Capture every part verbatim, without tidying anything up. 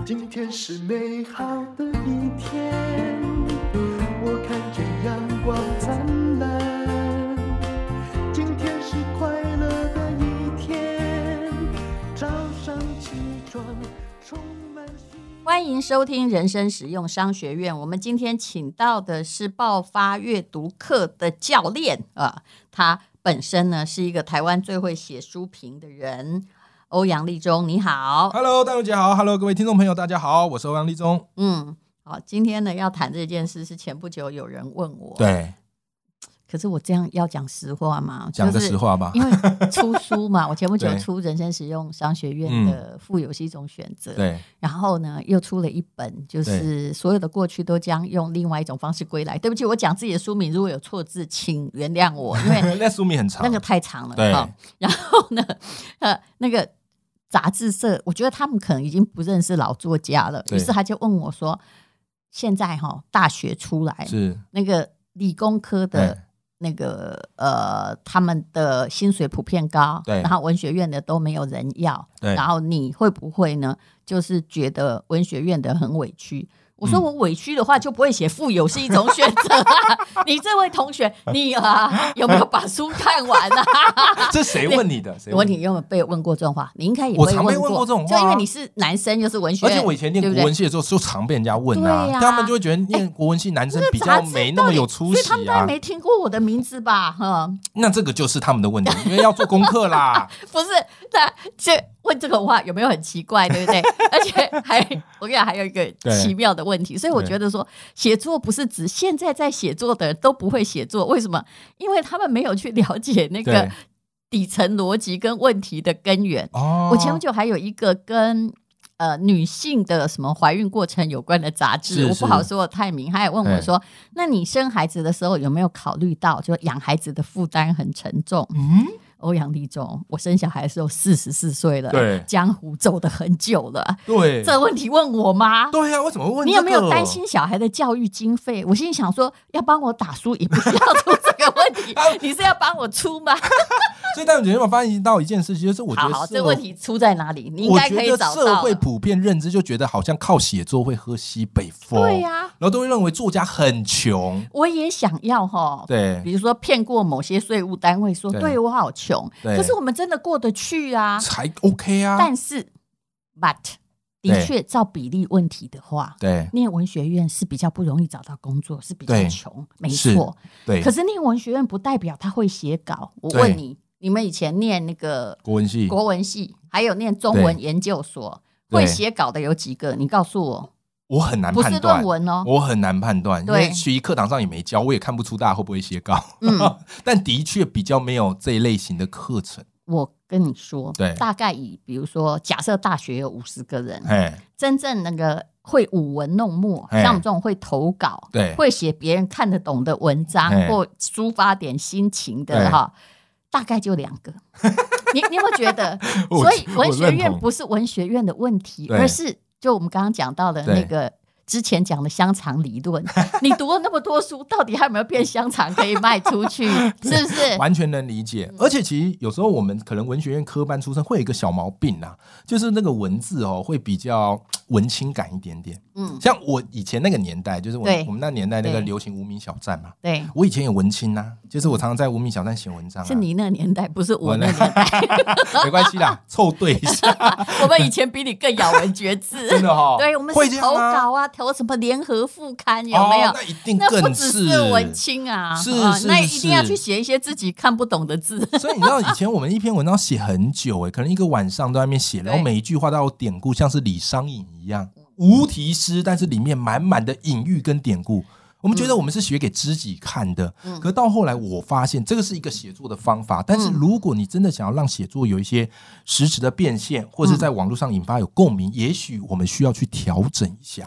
今天是美好的一天，我看见阳光灿烂。今天是快乐的一天，早上起床充满希望。 欢迎收听人生实用商学院。我们今天请到的是爆发阅读课的教练啊，他本身呢是一个台湾最会写书评的人。欧阳立中，你好。 Hello， 戴茹姐好。 Hello， 各位听众朋友大家好，我是欧阳立中。 嗯，好，今天呢要谈这件事是前不久有人问我， 对， 可是我这样要讲实话吗？ 讲个实话吧， 因为出书嘛，我前不久出人生实用商学院的富有是一种选择， 对， 然后呢又出了一本，就是所有的过去都将用另外一种方式归来。对不起，我讲自己的书名如果有错字请原谅我，因为那书名很长， 那个太长了。 对， 然后呢呃，那个杂志社我觉得他们可能已经不认识老作家了，于是他就问我说，现在齁大学出来是那个理工科的那个呃，他们的薪水普遍高，然后文学院的都没有人要，然后你会不会呢就是觉得文学院的很委屈？我说我委屈的话就不会写富有是一种选择啊。你这位同学你啊有没有把书看完啊？ 这谁问你的？ 我问你有没有被问过这种话？你应该也被问过。 我常被问过这种话， 就因为你是男生又是文学院， 而且我以前念国文系的时候就常被人家问啊，啊他们就会觉得念国文系男生比较没那么有出息啊， 所以他们当然没听过我的名字吧？ 那这个就是他们的问题，因为要做功课啦。 不是，那这问这个话有没有很奇怪，对不对？而且还我跟你讲还有一个奇妙的问题，所以我觉得说写作不是指现在在写作的人都不会写作，为什么？因为他们没有去了解那个底层逻辑跟问题的根源。哦，我前不久还有一个跟呃女性的什么怀孕过程有关的杂志，我不好说太明，他也问我说，那你生孩子的时候有没有考虑到就养孩子的负担很沉重？嗯，欧阳立中，我生小孩的时候四十四岁了，对，江湖走得很久了，对，这问题问我吗？ 对啊，为什么问、这个？ 你有没有担心小孩的教育经费？我心里想说，要帮我打书也不需要出这个问题，你是要帮我出吗？ 所以戴茹姐有没有发现到一件事情，就是我觉得好好，这问题出在哪里？你应该可以找到。 我觉得社会普遍认知就觉得好像靠写作会喝西北风， 对呀、啊， 然后都会认为作家很穷。 我也想要哈，对，比如说骗过某些税务单位说，对, 对我好穷，可是我们真的过得去啊， 才 OK 啊。 但是 ，but 的确照比例问题的话，对，念文学院是比较不容易找到工作，是比较穷，没错。对，可是念文学院不代表他会写稿。我问你。你们以前念那个国文系， 国文系还有念中文研究所，会写稿的有几个？你告诉我。 我很难判断， 不是论文哦， 我很难判断，因为学习课堂上也没教，我也看不出大家会不会写稿。嗯、但的确比较没有这一类型的课程。 我跟你说，对，大概以比如说，假设大学有五十个人，真正那个会舞文弄墨，像我们这种会投稿，对，会写别人看得懂的文章或抒发点心情的哈。大概就两个，你你有没有觉得？所以文学院不是文学院的问题，而是就我们刚刚讲到的那个之前讲的香肠理论。你读了那么多书，到底还有没有变香肠可以卖出去？是不是？ 完全能理解。而且其实有时候我们可能文学院科班出身会有一个小毛病啊，就是那个文字哦会比较文青感一点点。嗯，像我以前那个年代，就是我们我们那年代那个流行无名小站嘛。对，我以前有文青啊，就是我常常在无名小站写文章、啊。 是你那个年代，不是我那个年代。 没关系啦，凑对一下。 我们以前比你更咬文嚼字， 真的哈、哦。 对，我们是投稿啊，投什么联合副刊有没有？ 哦、那一定更是， 那不只是文青啊， 是是是， 那一定要去写一些自己看不懂的字。 所以你知道，以前我们一篇文章写很久、欸，可能一个晚上都在那边写，然后每一句话都有典故，像是李商隐一样。无题诗，但是里面满满的隐喻跟典故。我们觉得我们是写给知己看的、嗯、可到后来我发现这个是一个写作的方法，但是如果你真的想要让写作有一些实质的变现，或是在网络上引发有共鸣、嗯、也许我们需要去调整一下。 的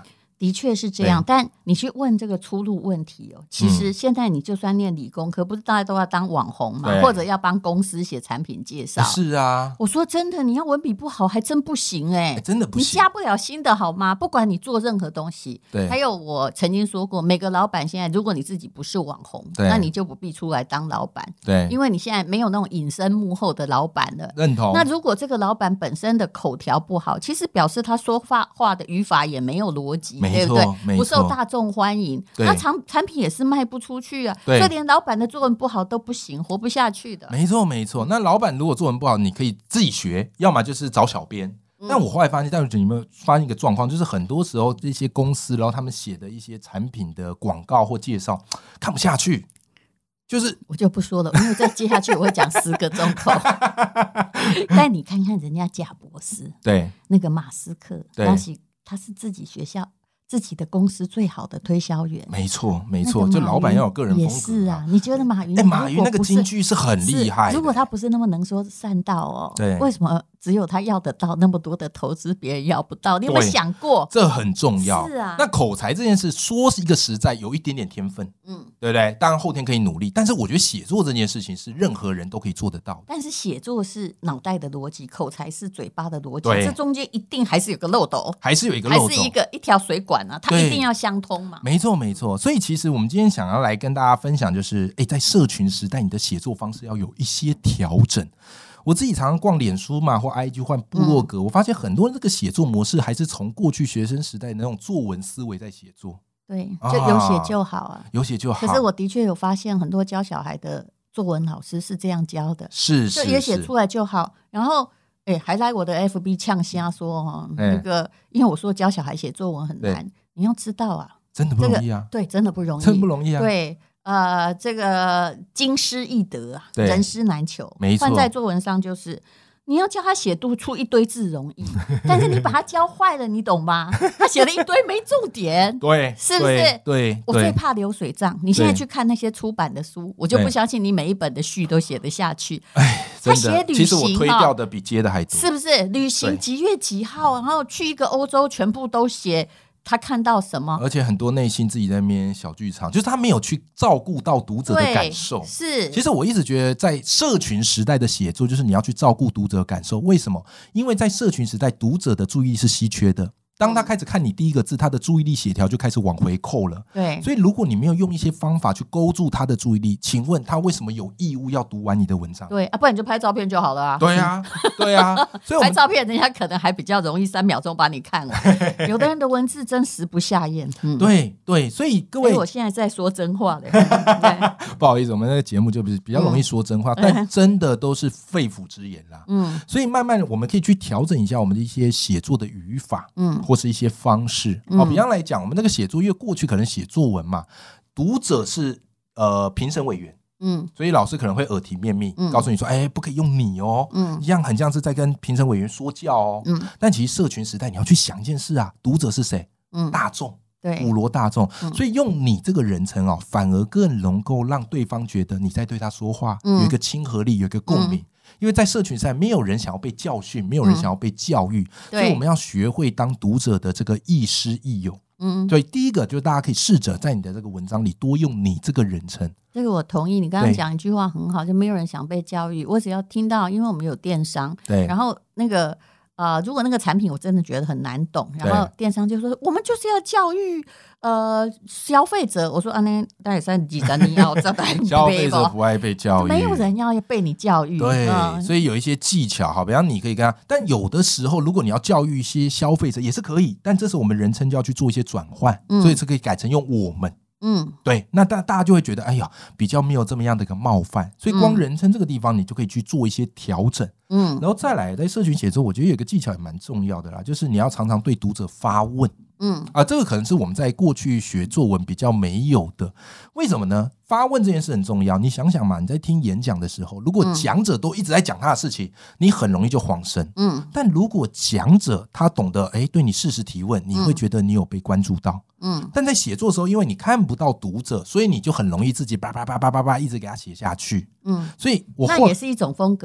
的确是这样，但你去问这个出路问题哦，其实现在你就算念理工科，不是大家都要当网红嘛，或者要帮公司写产品介绍？ 是啊， 我说真的，你要文笔不好还真不行哎、欸， 真的不行， 你加不了新的好吗？不管你做任何东西，对。还有我曾经说过，每个老板现在，如果你自己不是网红，那你就不必出来当老板，对，因为你现在没有那种隐身幕后的老板了。 认同。 那如果这个老板本身的口条不好，其实表示他说话话的语法也没有逻辑，对不对？不受大众欢迎，那产产品也是卖不出去啊。所以连老板的作文不好都不行，活不下去的。 没错，没错。那老板如果作文不好，你可以自己学，要么就是找小编。嗯、但我后来发现，戴主你有没有发现一个状况，就是很多时候这些公司，然后他们写的一些产品的广告或介绍看不下去。就是我就不说了，因为再接下去我会讲十个钟头。但你看看人家贾博士， 对， 那个马斯克，他是他是自己学校自己的公司最好的推销员。 没错，没错，就老板要有个人风格。 也是啊，你觉得马云？ 哎、欸，马云那个金句是很厉害的。 如果他不是那么能说善道哦，对，为什么只有他要得到那么多的投资，别人要不到？你有没有想过？ 这很重要。 是啊， 那口才这件事，说是一个实在，有一点点天分，嗯，对不对？当然后天可以努力，但是我觉得写作这件事情是任何人都可以做得到。 但是写作是脑袋的逻辑，口才是嘴巴的逻辑，这中间一定还是有个漏斗， 还是有一个漏斗， 还是一个一条水管啊，它一定要相通嘛。 没错，没错。所以其实我们今天想要来跟大家分享，就是哎，在社群时代，你的写作方式要有一些调整。我自己常常逛脸书嘛，或 I G 换部落格、嗯，我发现很多人这个写作模式还是从过去学生时代的那种作文思维在写作。 对，就有写就好啊， 有写就好。 可是我的确有发现，很多教小孩的作文老师是这样教的， 是是， 就也写出来就好。然后，哎，还来我的 F B 呛瞎说哦，那个，因为我说教小孩写作文很难，你要知道啊， 真的不容易啊， 这个、对，真的不容易， 真不容易啊， 对。呃，这个经师易得啊，人师难求。 没错， 换在作文上就是你要教他写出一堆字容易，但是你把他教坏了，你懂吗？他写了一堆没重点， 对， 是不是？ 对，对我最怕流水账。你现在去看那些出版的书，我就不相信你每一本的序都写得下去。 哎， 他写旅行， 其实我推掉的比接的还多， 是不是？旅行几月几号，然后去一个欧洲，全部都写。他看到什么？ 而且很多内心自己在那边小剧场，就是他没有去照顾到读者的感受。 是， 其实我一直觉得，在社群时代的写作，就是你要去照顾读者的感受。为什么？因为在社群时代，读者的注意力是稀缺的。当他开始看你第一个字，他的注意力协调就开始往回扣了。 对， 所以如果你没有用一些方法去勾住他的注意力，请问他为什么有义务要读完你的文章？ 对啊，不然你就拍照片就好了啊。 对啊，对啊，所以我拍照片人家可能还比较容易三秒钟把你看完。有的人的文字真实不下咽。 嗯、对对，所以各位， 我现在在说真话的。 不好意思，我们那个节目就比较容易说真话，嗯、但真的都是肺腑之言啦。嗯，所以慢慢我们可以去调整一下我们的一些写作的语法，嗯，或是一些方式。嗯、哦，比方来讲，我们那个写作，因为过去可能写作文嘛，读者是呃评审委员，嗯，所以老师可能会耳提面命，嗯、告诉你说，哎，不可以用你哦，嗯，一样很像是在跟评审委员说教哦，嗯，但其实社群时代你要去想一件事啊，读者是谁？嗯，大众。普罗大众，所以用你这个人称哦，反而更能够让对方觉得你在对他说话，嗯、有一个亲和力，有一个共鸣。嗯、因为在社群上，没有人想要被教训，没有人想要被教育，嗯、所以我们要学会当读者的这个亦师亦友。嗯，所以第一个就是大家可以试着在你的这个文章里多用你这个人称。 这个我同意，你刚刚讲一句话很好，就没有人想被教育。我只要听到，因为我们有电商，对，然后那个。呃，如果那个产品我真的觉得很难懂，然后电商就说我们就是要教育呃消费者，我说啊，那当然三几三你要这样消费者不爱被教育， 没有人要被你教育， 对，嗯、所以有一些技巧，好，比方你可以跟他，但有的时候如果你要教育一些消费者也是可以，但这时候我们人称就要去做一些转换，嗯、所以这可以改成用我们。嗯，对，那大大家就会觉得，哎呀，比较没有这么样的一个冒犯，所以光人称这个地方，你就可以去做一些调整。嗯，然后再来，在社群写作，我觉得有一个技巧也蛮重要的啦，就是你要常常对读者发问。嗯啊，这个可能是我们在过去学作文比较没有的，为什么呢？发问这件事很重要。你想想嘛，你在听演讲的时候，如果讲者都一直在讲他的事情，你很容易就恍神。嗯，但如果讲者他懂得哎对你适时提问，你会觉得你有被关注到。嗯，但在写作的时候，因为你看不到读者，所以你就很容易自己叭叭叭叭叭叭一直给他写下去。嗯，所以我那也是一种风格啦。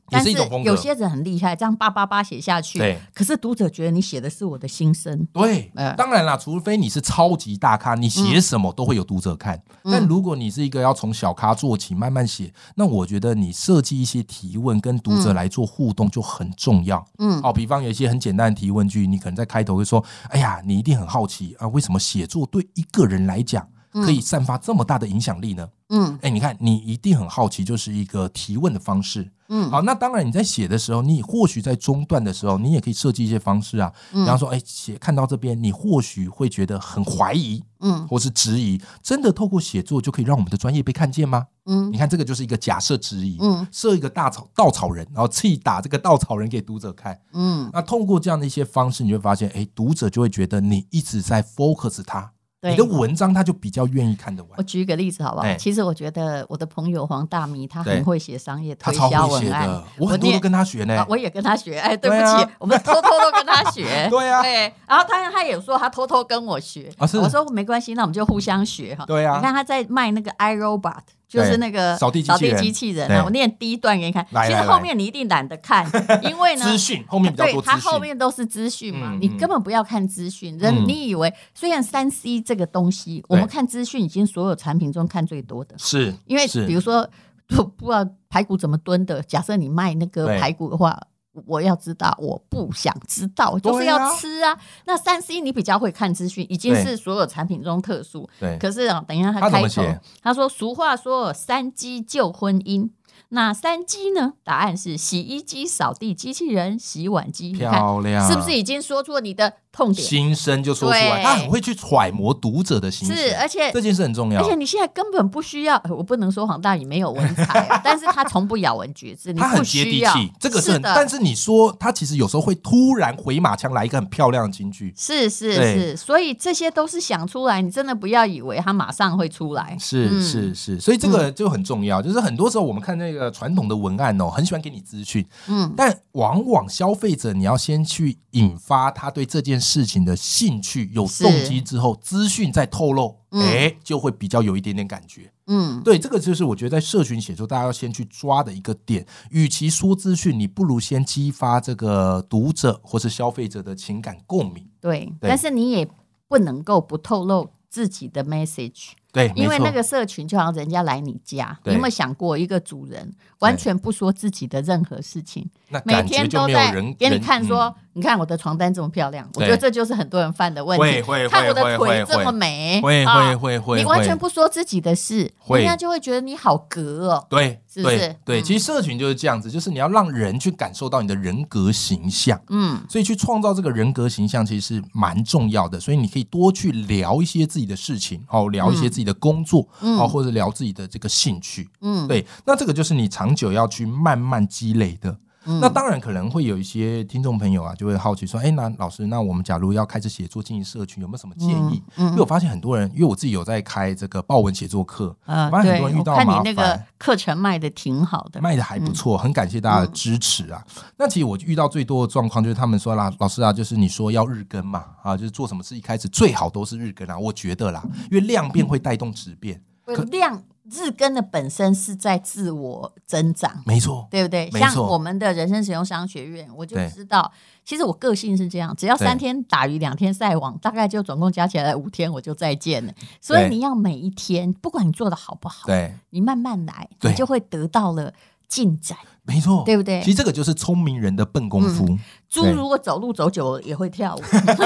也是一种风格。 有些人很厉害，这样八八八写下去， 对， 可是读者觉得你写的是我的心声。 对， 呃、 当然啦，除非你是超级大咖，你写什么都会有读者看。嗯、但如果你是一个要从小咖做起，慢慢写，那我觉得你设计一些提问跟读者来做互动就很重要。嗯，好，比方有一些很简单的提问句，你可能在开头会说：“哎呀，你一定很好奇啊，为什么写作对一个人来讲可以散发这么大的影响力呢？”嗯，哎，你看，你一定很好奇，就是一个提问的方式。嗯，好，那当然你在写的时候，你或许在中段的时候，你也可以设计一些方式啊。比方说，哎，写看到这边，你或许会觉得很怀疑，嗯，或是质疑，真的透过写作就可以让我们的专业被看见吗？嗯，你看这个就是一个假设质疑，嗯，设一个大草稻草人，然后气打这个稻草人给读者看，嗯，那通过这样的一些方式，你会发现，哎，读者就会觉得你一直在 focus 他。你的文章他就比较愿意看得完。 我举一个例子好不好？其实我觉得我的朋友黄大咪他很会写商业推销文案， 我很多都跟他学呢、 啊。我也跟他学，哎，对不起，啊、我们偷偷都跟他学。 对啊， 对。然后他他也说他偷偷跟我学，啊、我说没关系，那我们就互相学哈。 对啊， 你看他在卖那个 iRobot。就是那个扫地机器人啊，我念第一段给你看。其实后面你一定懒得看，因为呢， 资讯后面比较多资讯， 对，它后面都是资讯嘛，嗯、你根本不要看资讯。人、嗯、你以为虽然三 C 这个东西，我们看资讯已经所有产品中看最多的， 是因为比如说不知道排骨怎么炖的，假设你卖那个排骨的话。我要知道，我不想知道，就是要吃啊。啊那三 C 你比较会看资讯，已经是所有产品中特殊。 对， 可是啊，等一下他开头，他说俗话说三机救婚姻。那三机呢？答案是洗衣机、扫地机器人、洗碗机。 漂亮， 是不是已经说出你的痛点？ 心声就说出来，他很会去揣摩读者的心声。 是，而且这件事很重要。 而且你现在根本不需要，我不能说黄大宇没有文采、啊，但是他从不咬文嚼字， 他很接地气，这个是很。但是你说他其实有时候会突然回马枪来一个很漂亮的金句， 是是是，所以这些都是想出来，你真的不要以为他马上会出来。 是、嗯、是是，所以这个就很重要，就是很多时候我们看那个传统的文案哦，很喜欢给你资讯，嗯，但往往消费者你要先去引发他对这件事情的兴趣，有动机之后，资讯再透露，哎、嗯欸，就会比较有一点点感觉。嗯，对，这个就是我觉得在社群写作大家要先去抓的一个点。与其说资讯，你不如先激发这个读者或是消费者的情感共鸣。 对，对，但是你也不能够不透露自己的 message。 对， 因为那个社群就好像人家来你家，你有没有想过一个主人完全不说自己的任何事情，每天都在给你看说、嗯、你看我的床单这么漂亮，我觉得这就是很多人犯的问题。看我的腿这么美， 会会会会， 你完全不说自己的事，人家就会觉得你好格哦。 对， 是不是？ 对，对、嗯，其实社群就是这样子，就是你要让人去感受到你的人格形象，嗯，所以去创造这个人格形象其实是蛮重要的。所以你可以多去聊一些自己的事情，哦，聊一些自己的工作，嗯、哦，或者聊自己的这个兴趣，嗯，对，那这个就是你长久要去慢慢积累的。嗯、那当然可能会有一些听众朋友啊，就会好奇说，哎，那老师，那我们假如要开始写作经营社群，有没有什么建议？嗯嗯、因为我发现很多人，因为我自己有在开这个爆文写作课，呃，发现很多人遇到麻烦。 我看你那个课程卖的挺好的， 卖的还不错，嗯、很感谢大家的支持啊。嗯、那其实我遇到最多的状况就是他们说啦，老师啊，就是你说要日更嘛，啊，就是做什么事一开始最好都是日更啊，我觉得啦，因为量变会带动质变， 嗯、量。日更的本身是在自我增长， 没错， 对不对？像我们的人生实用商学院，我就知道，其实我个性是这样，只要三天打鱼两天晒网，大概就总共加起来五天我就再见了。所以你要每一天，不管你做的好不好，对，你慢慢来，你就会得到了进展。 没错， 对不对？ 其实这个就是聪明人的笨功夫。嗯、 猪如果走路走久了也会跳舞。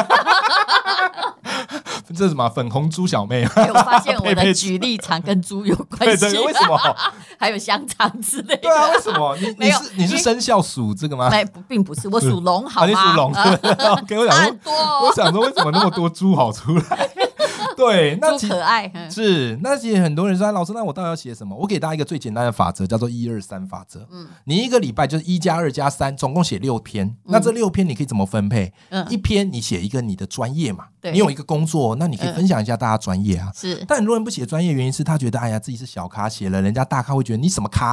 这是什么粉红猪小妹啊、 欸？我发现我的举例常跟猪有关系。 对对，为什么？ 还有香肠之类的。 对啊，为什么？你你是你是生肖属这个吗？ 没，并不是，我属龙，好吗？啊、 你属龙，对。给我想说，我想说，为什么那么多猪跑出来？对，那猪可爱是。那其实很多人说，老师，那我到底要写什么？我给大家一个最简单的法则，叫做一二三法则。嗯，你一个礼拜就是一加二加三，总共写六篇。嗯、那这六篇你可以怎么分配？嗯，一篇你写一个你的专业嘛，你有一个工作，那你可以分享一下大家专业啊。是、嗯，但很多人不写专业，原因是他觉得，哎呀，自己是小咖，写了人家大咖会觉得你什么咖呀？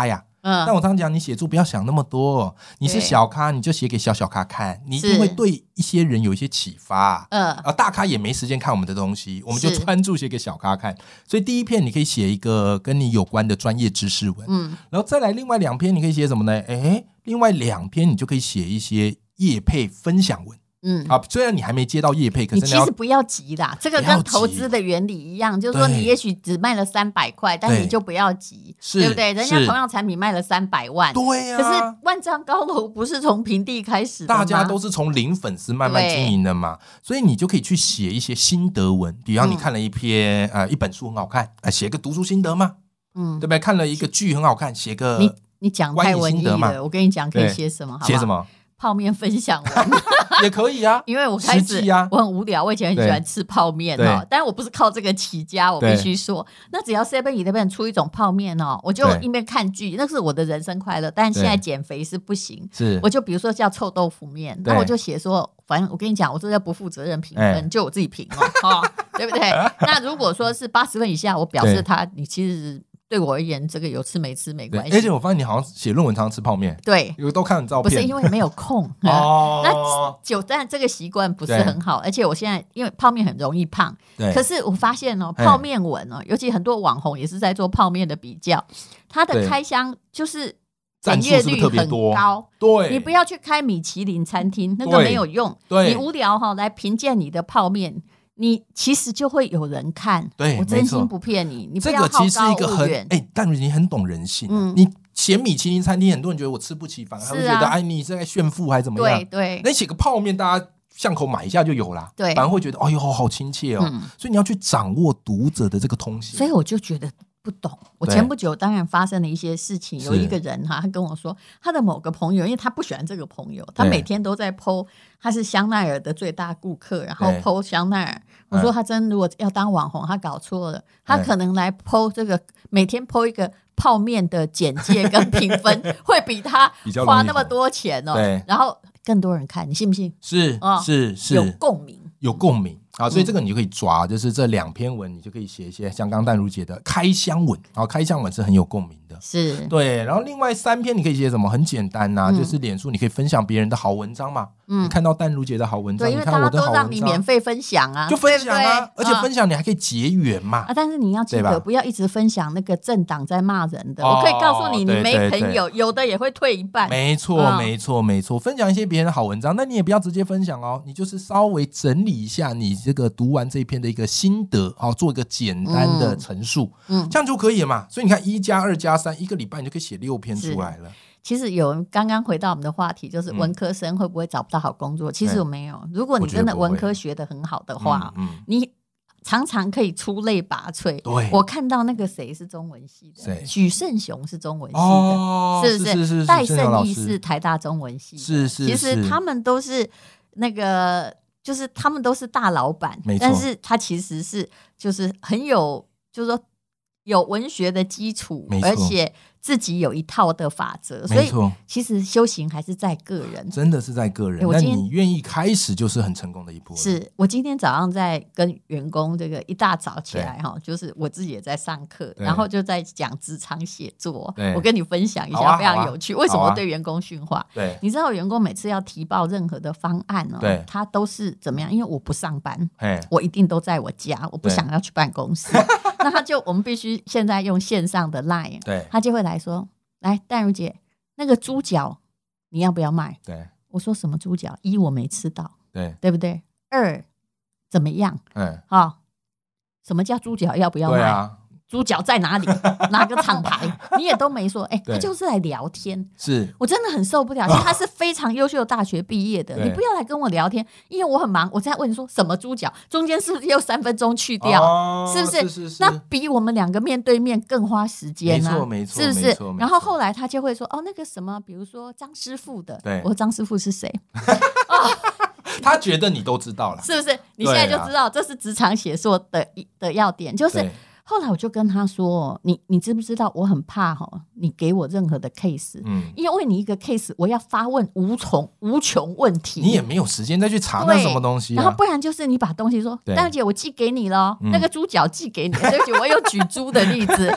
嗯，但我常常讲，你写作不要想那么多，你是小咖你就写给小小咖看，你一定会对一些人有一些启发。嗯，啊，大咖也没时间看我们的东西，我们就专注写给小咖看。所以第一篇你可以写一个跟你有关的专业知识文，嗯，然后再来另外两篇你可以写什么呢？哎，另外两篇你就可以写一些业配分享文。嗯，啊，虽然你还没接到业配，可是 你, 你其实不要急啦，这个跟投资的原理一样，就是说你也许只卖了三百块，但你就不要急，对不对？人家同样产品卖了三百万， 对呀、啊。 可是万丈高楼不是从平地开始的吗？ 大家都是从零粉丝慢慢经营的嘛，所以你就可以去写一些心得文，比方你看了一篇、嗯、呃一本书很好看，呃写个读书心得嘛，嗯，对不对？看了一个剧很好看，写个你你讲太文艺了，我跟你讲可以写什么？ 写什么？ 泡面分享文也可以啊， 因为我开始、啊、我很无聊，我以前很喜欢吃泡面哦，但是我不是靠这个起家，我必须说，那只要 seven eleven 出一种泡面哦，我就一边看剧，那是我的人生快乐。但现在减肥是不行，是我就比如说叫臭豆腐面，那我就写说，反正我跟你讲，我这叫不负责任评分，欸、就我自己评哦，哦，对不对？那如果说是八十分以下，我表示他你其实。对我而言，这个有吃没吃没关系。 而且我发现你好像写论文常常吃泡面， 对， 有都看你照片， 不是因为没有空。哦，那久，但这个习惯不是很好。而且我现在因为泡面很容易胖，可是我发现哦，泡面文哦，尤其很多网红也是在做泡面的比较，它的开箱就是点阅率很高。对，你不要去开米其林餐厅，那个没有用。对，你无聊哈、哦，来评鉴你的泡面。你其实就会有人看，对，我真心不骗你，你不要好高骛远。这个其实是一个很哎，但你很懂人性、啊嗯。你写米其林餐厅，很多人觉得我吃不起，反而他会觉得、啊、哎，你是在炫富还是怎么样？对对。那写个泡面，大家巷口买一下就有啦，对，反而会觉得哎呦好亲切哦、嗯。所以你要去掌握读者的这个通信。 所以我就觉得。不懂，我前不久当然发生了一些事情，有一个人哈，他跟我说他的某个朋友，因为他不喜欢这个朋友，他每天都在 po 他是香奈儿的最大顾客，然后 po 香奈儿。我说他真如果要当网红，他搞错了，他可能来 po 这个每天 po 一个泡面的简介跟评分，会比他花那么多钱哦，然后更多人看，你信不信？ 是、哦、是是， 有共鸣， 有共鸣。好，所以这个你就可以抓，就是这两篇文，你就可以写一些像刚淡如姐的开箱文，然后开箱文是很有共鸣的，是对。然后另外三篇你可以写什么？很简单呐、啊嗯，就是脸书你可以分享别人的好文章嘛。嗯，你看到淡如姐的好文章， 对，因为大家都让你免费分享啊， 就分享啊，而且分享你还可以结缘嘛。 啊，但是你要记得不要一直分享那个政党在骂人的。我可以告诉你，你没朋友，有的也会退一半。 没错，嗯、没错，没错。分享一些别人的好文章，那你也不要直接分享哦，你就是稍微整理一下你这个读完这篇的一个心得，好，做一个简单的陈述，嗯，这样就可以了嘛。所以你看，一加二加三，一个礼拜你就可以写六篇出来了。 其实有刚刚回到我们的话题，就是文科生会不会找不到好工作？嗯、其实我没有。如果你真的文科学得很好的话，嗯嗯、你常常可以出类拔萃。对，我看到那个谁是中文系的，许胜雄是中文系的，哦、是不是？是是是，戴胜义是台大中文系的，是是是。其实他们都是那个，就是他们都是大老板，但是他其实是就是很有，就是说有文学的基础，而且。自己有一套的法则，所以其实修行还是在个人， 真的是在个人。那你愿意开始就是很成功的一步。 是我今天早上在跟员工这个一大早起来哈，就是我自己也在上课，然后就在讲职场写作。我跟你分享一下，啊、非常有趣。为什么对员工训话？对，你知道员工每次要提报任何的方案哦，对，他都是怎么样？因为我不上班，我一定都在我家，我不想要去办公室。那他就我们必须现在用线上的 LINE， 对，他就会来说，来淡如姐，那个猪脚你要不要卖？对，我说什么猪脚？一我没吃到，对，对不对？二怎么样？嗯，好、哦，什么叫猪脚要不要卖？对啊，猪脚在哪里？哪个厂牌？你也都没说。哎、欸，他就是来聊天。是我真的很受不了，因为他是非常优秀的大学毕业的，你不要来跟我聊天，因为我很忙。我在问你说什么猪脚，中间是不是又三分钟去掉？哦、是不是？是是是，那比我们两个面对面更花时间啊！没错没错，是不是？然后后来他就会说，哦，那个什么，比如说张师傅的，对，我说张师傅是谁？哦他觉得你都知道了， 是不是？你现在就知道，这是职场写作的的要点，就是。后来我就跟他说，你你知不知道我很怕齁你给我任何的 case，嗯，因为你一个 case 我要发问无穷无穷问题， 你也没有时间再去查那什么东西、啊、 然后不然就是你把东西说，大姐我寄给你了、嗯、那个猪脚寄给你，对不起我有举猪的例子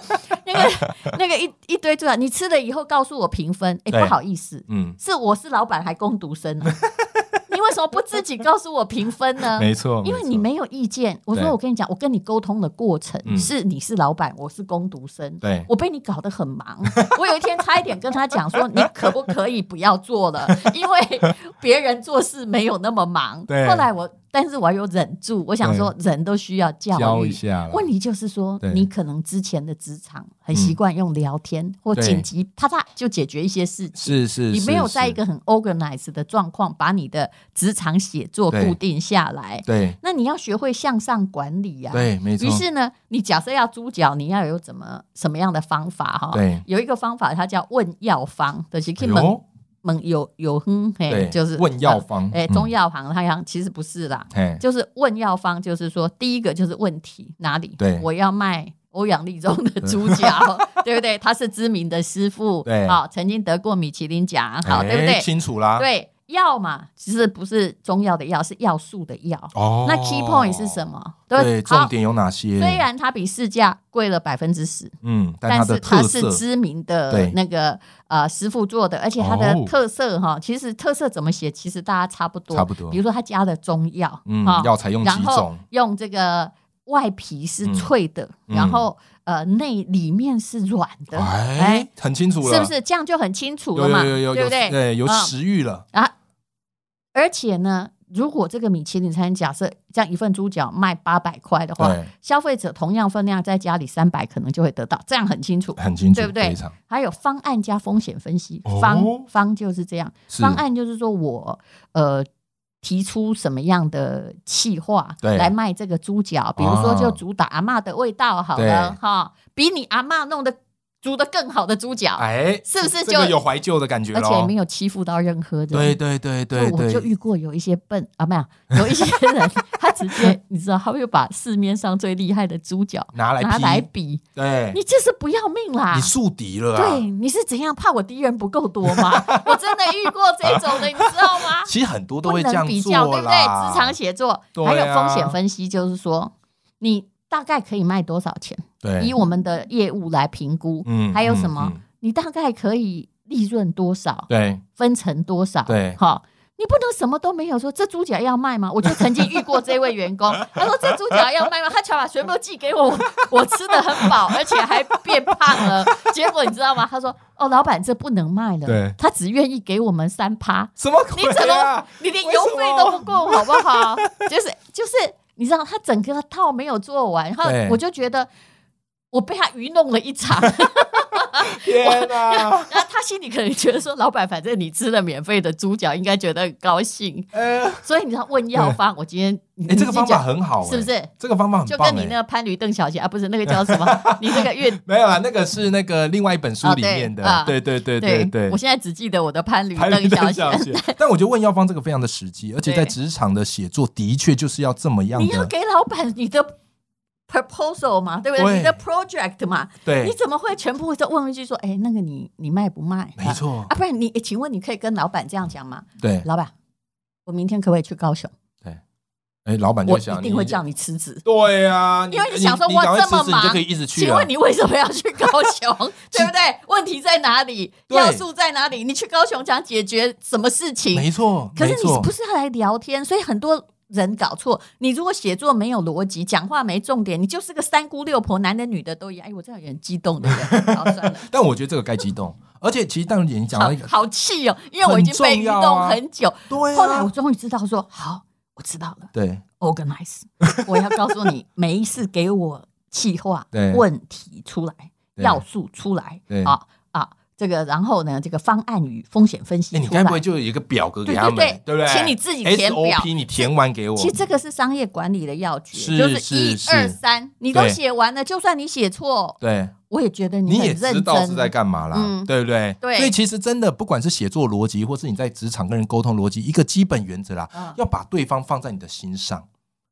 那个那个一一堆猪脚，你吃了以后告诉我评分，哎，不好意思，嗯，是我是老板还工读生啊。你为什么不自己告诉我评分呢？ 没错， 因为你没有意见。我说我跟你讲，我跟你沟通的过程是你是老板，我是工读生， 对， 我被你搞得很忙。我有一天差一点跟他讲说，你可不可以不要做了，因为别人做事没有那么忙。后来我。但是我有忍住，我想说人都需要教育教一下。 问题就是说，你可能之前的职场很习惯用聊天、嗯、或紧急啪嚓就解决一些事情， 是是， 你没有在一个很 organized 的状况把你的职场写作固定下来。 对， 那你要学会向上管理啊。 对，没错。 于是呢，你假设要猪脚，你要有怎么什么样的方法哈？对，有一个方法它叫问药方，就是可以问。哎问有有哼嘿，就是问药方， 哎、呃，中药行它样其实不是啦，就是问药方，就是说第一个就是问题哪里？对，我要卖欧阳立中的猪脚，对不对？他是知名的师傅，对，好，曾经得过米其林奖，好，对不对？ 清楚啦， 对。药嘛，其实不是中药的药，是药素的药。哦，那 key point 是什么？ 对，对，重点有哪些？ 虽然它比市价贵了百分之十， 嗯，但, 但是它是知名的那个呃师傅做的，而且它的特色哈、哦，其实特色怎么写，其实大家差不多， 差不多。 比如说它加的中药， 嗯，哦、药材用几种？ 用这个外皮是脆的，嗯、然后。呃，内里面是软的， 哎，很清楚了， 是不是？这样就很清楚了嘛， 有有有有对不对？ 对，有食欲了、 嗯、啊！而且呢，如果这个米其林餐假设这样一份猪脚卖八百块的话，消费者同样分量在家里三百可能就会得到，这样很清楚， 很清楚， 对不对？还有方案加风险分析，哦、方方就是这样，方案就是说我呃。提出什么样的企划来卖这个猪脚，比如说就主打阿嬷的味道好了哈，比你阿嬷弄的煮的更好的猪脚，哎，是不是就、 这个、有怀旧的感觉？ 而且没有欺负到任何人。 对对对对对， 我就遇过有一些笨啊，没有有一些人，他直接你知道，他会把市面上最厉害的猪脚拿来拿来比， 对， 你这是不要命啦！ 你树敌了、啊， 对，你是怎样怕我敌人不够多吗？我真的遇过这种的，你知道吗？ 其实很多都会这样做啦， 不能比较，对不对？职场写作、啊、还有风险分析，就是说你大概可以卖多少钱？对，以我们的业务来评估，嗯，还有什么？嗯嗯、你大概可以利润多少？对，分成多少？对，好。你不能什么都没有说，这猪脚要卖吗？我就曾经遇过这位员工，他说这猪脚要卖吗？他全把全部寄给我，我吃得很饱，而且还变胖了。结果你知道吗？他说：“哦，老板，这不能卖了。”对，他只愿意给我们三趴。 什么鬼啊？ 你怎么？你连邮费都不够，好不好？就是就是，你知道他整个套没有做完，然后我就觉得我被他愚弄了一场。 天哪！ 然后他心里可能觉得说，老板，反正你吃了免费的猪脚，应该觉得很高兴。呃、所以你知道问药方，我今天哎、欸，这个方法很好、欸， 是不是？ 这个方法很棒、欸， 就跟你那个潘驴邓小姐啊，不是那个叫什么？你那个运没有啦，那个是那个另外一本书里面的。哦、对, 对对对对对， 我现在只记得我的潘驴邓小姐。 但我觉得问药方这个非常的实际，而且在职场的写作的确就是要这么样的。 你要给老板你的。proposal 嘛，对不对？对，你的 project 嘛，对，你怎么会全部都问一句说，哎，那个你你卖不卖？ 没错啊，不然你，请问你可以跟老板这样讲吗？ 对， 老板，我明天可不可以去高雄？ 对，哎，老板就想我一定会叫你辞职。 对啊， 因为你想说我这么忙， 你就可以一直去。 请问你为什么要去高雄？对不对？问题在哪里？要素在哪里？你去高雄想解决什么事情？ 没错， 可是你不是来聊天，所以很多。人搞错，你如果写作没有逻辑，讲话没重点，你就是个三姑六婆，男的女的都一样。哎，我这样有点激动的人，好算了。 但我觉得这个该激动，而且其实当你讲到一个好气哦，因为我已经被愚弄很久。 对、啊， 后来我终于知道说，好，我知道了。 对 ，organize， 我要告诉你，每一次给我企划问题出来，要素出来，啊啊。这个，然后呢？这个方案与风险分析出来， 你该不会就有一个表格给他们，对, 对, 对, 对不对？ 请你自己填表 ，S O P 你填完给我。 其实这个是商业管理的要诀， 是就是一二三，你都写完了，就算你写错， 对， 我也觉得你你也知道是在干嘛啦，嗯、对不对？ 对， 所以其实真的，不管是写作逻辑，或是你在职场跟人沟通逻辑，一个基本原则啦，嗯、要把对方放在你的心上。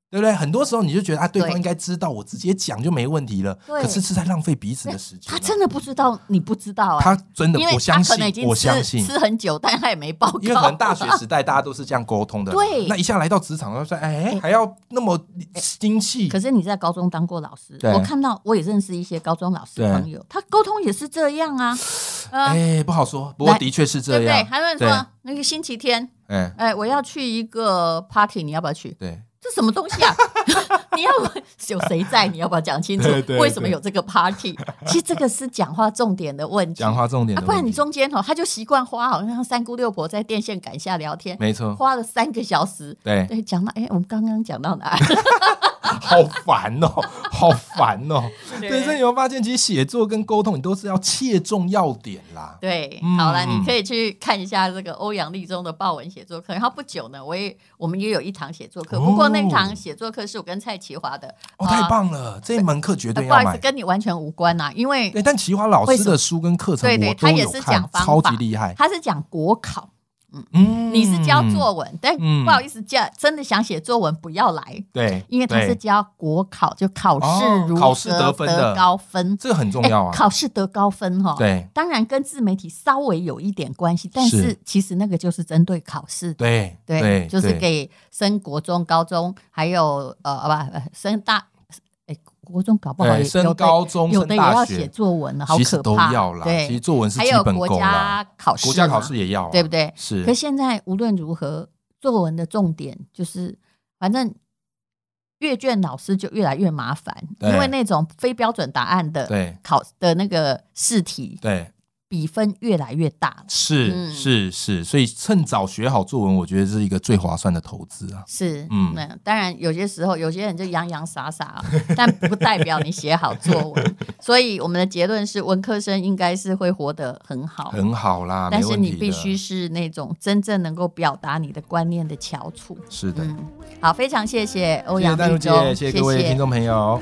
对不对？很多时候你就觉得啊，对方应该知道，我直接讲就没问题了。可是是在浪费彼此的时间、啊。 他真的不知道，你不知道、欸、 他真的，我相信， 因为他可能已经吃我相信吃很久，但他也没报告。 因为可能大学时代大家都是这样沟通的， 对。 那一下来到职场，他说：“哎、欸，还要那么精细。欸” 可是你在高中当过老师，我看到我也认识一些高中老师朋友，他沟通也是这样啊。 哎、呃欸，不好说，不过的确是这样。 对不对？还有人说那个星期天，哎、欸欸，我要去一个 party， 你要不要去？ 对。 这什么东西啊？你要有谁在？你要不要讲清楚？对对对，为什么有这个 party？ 其实这个是讲话重点的问题， 讲话重点的问题、啊。 不然你中间哦，他就习惯花，好像三姑六婆在电线杆下聊天， 没错， 花了三个小时。 对对，讲到哎，我们刚刚讲到哪？ 好烦哦，好烦哦。对，所以你会发现，其实写作跟沟通，你都是要切中要点啦。 对，嗯、好了，你可以去看一下这个欧阳立中的报文写作课。然后不久呢，我也我们也有一堂写作课，不过那堂写作课是我跟蔡奇华的。 哦，呃、太棒了！这一门课绝对要买。呃、不好意思，跟你完全无关呐、啊，因为对，但奇华老师的书跟课程， 对对，他也是讲方法， 超级厉害。 他是讲国考。嗯，你是教作文，但不好意思，教真的想写作文不要来， 对， 因为他是教国考，就考试如何、 哦、考试得分的得高分， 这个很重要啊。 考试得高分哈， 对， 当然跟自媒体稍微有一点关系，但是其实那个就是针对考试的， 对对, 对，就是给升国中、高中，还有呃不升大。国中搞不好也升高中、 有的也要写作文了，好可怕。 其实都要啦，对，其实作文是基本功啦。 还有国家考试， 国家考试也要、啊， 对不对？ 是。 可是现在无论如何，作文的重点就是，反正阅卷老师就越来越麻烦，因为那种非标准答案的考的那个试题， 对。 比分越来越大， 是、嗯、是是，所以趁早学好作文，我觉得是一个最划算的投资啊。 是，嗯，当然有些时候有些人就洋洋洒洒，但不代表你写好作文。所以我们的结论是，文科生应该是会活得很好， 很好啦。 但是你必须是那种真正能够表达你的观念的翘楚。 是的，嗯， 好，非常谢谢欧阳立中， 谢谢各位听众朋友。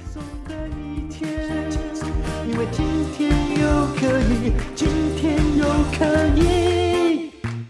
因为今天又可以，今天又可以。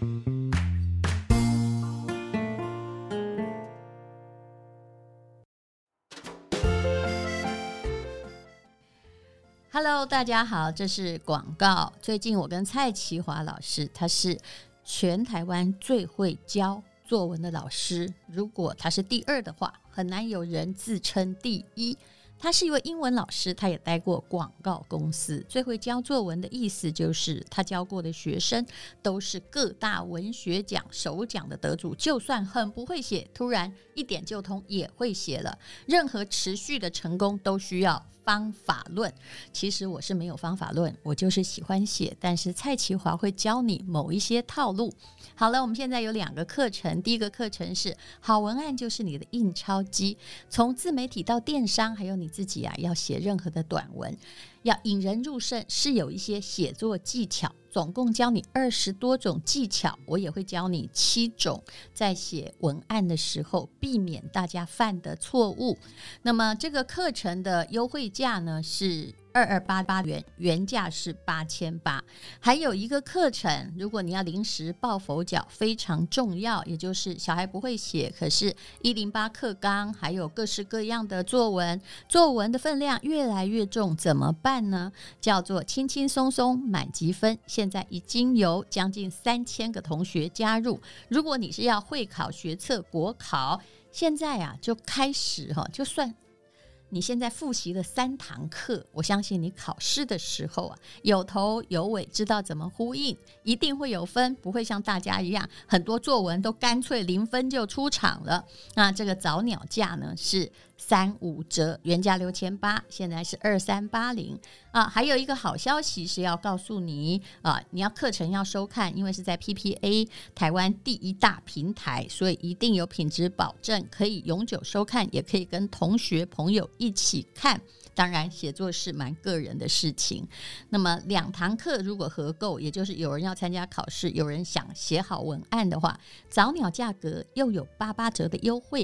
Hello， 大家好，这是广告。最近我跟蔡奇华老师，他是全台湾最会教作文的老师。如果他是第二的话，很难有人自称第一。他是一位英文老师，他也待过广告公司。最会教作文的意思就是他教过的学生都是各大文学奖首奖的得主，就算很不会写，突然一点就通也会写了。任何持续的成功都需要方法论。其实我是没有方法论，我就是喜欢写，但是蔡奇华会教你某一些套路。好了，我们现在有两个课程，第一个课程是好文案就是你的印钞机，从自媒体到电商，还有你自己啊，要写任何的短文，要引人入胜，是有一些写作技巧，总共教你二十多种技巧，我也会教你七种在写文案的时候避免大家犯的错误。那么这个课程的优惠价呢是二二八八元，原价是八千八。还有一个课程，如果你要临时抱佛脚，非常重要，也就是小孩不会写，可是一零八课纲还有各式各样的作文，作文的分量越来越重，怎么办呢？叫做轻轻松松满级分，现在已经有将近三千个同学加入。如果你是要会考、学测、国考，现在啊就开始哈，就算你现在复习了三堂课，我相信你考试的时候啊，有头有尾，知道怎么呼应，一定会有分，不会像大家一样，很多作文都干脆零分就出场了。那这个早鸟价呢是三五折，原价六千八，现在是二三八零啊。还有一个好消息是要告诉你啊，你要课程要收看，因为是在 P P A 台湾第一大平台，所以一定有品质保证，可以永久收看，也可以跟同学朋友一起看。当然写作是蛮个人的事情，那么两堂课如果合购，也就是有人要参加考试，有人想写好文案的话，早鸟价格又有八八折的优惠，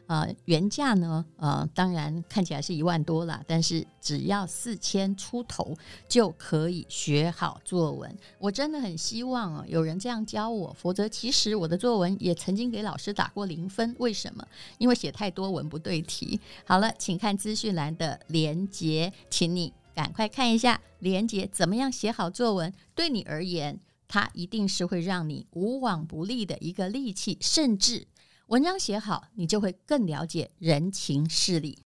呃，原价呢，呃，当然看起来是一万多啦，但是只要四千出头就可以学好作文。我真的很希望哦，有人这样教我，否则其实我的作文也曾经给老师打过零分。为什么？因为写太多文不对题。好了，请看资讯栏的连结，请你赶快看一下连结，怎么样写好作文？对你而言，它一定是会让你无往不利的一个利器，甚至文章写好，你就会更了解人情事理。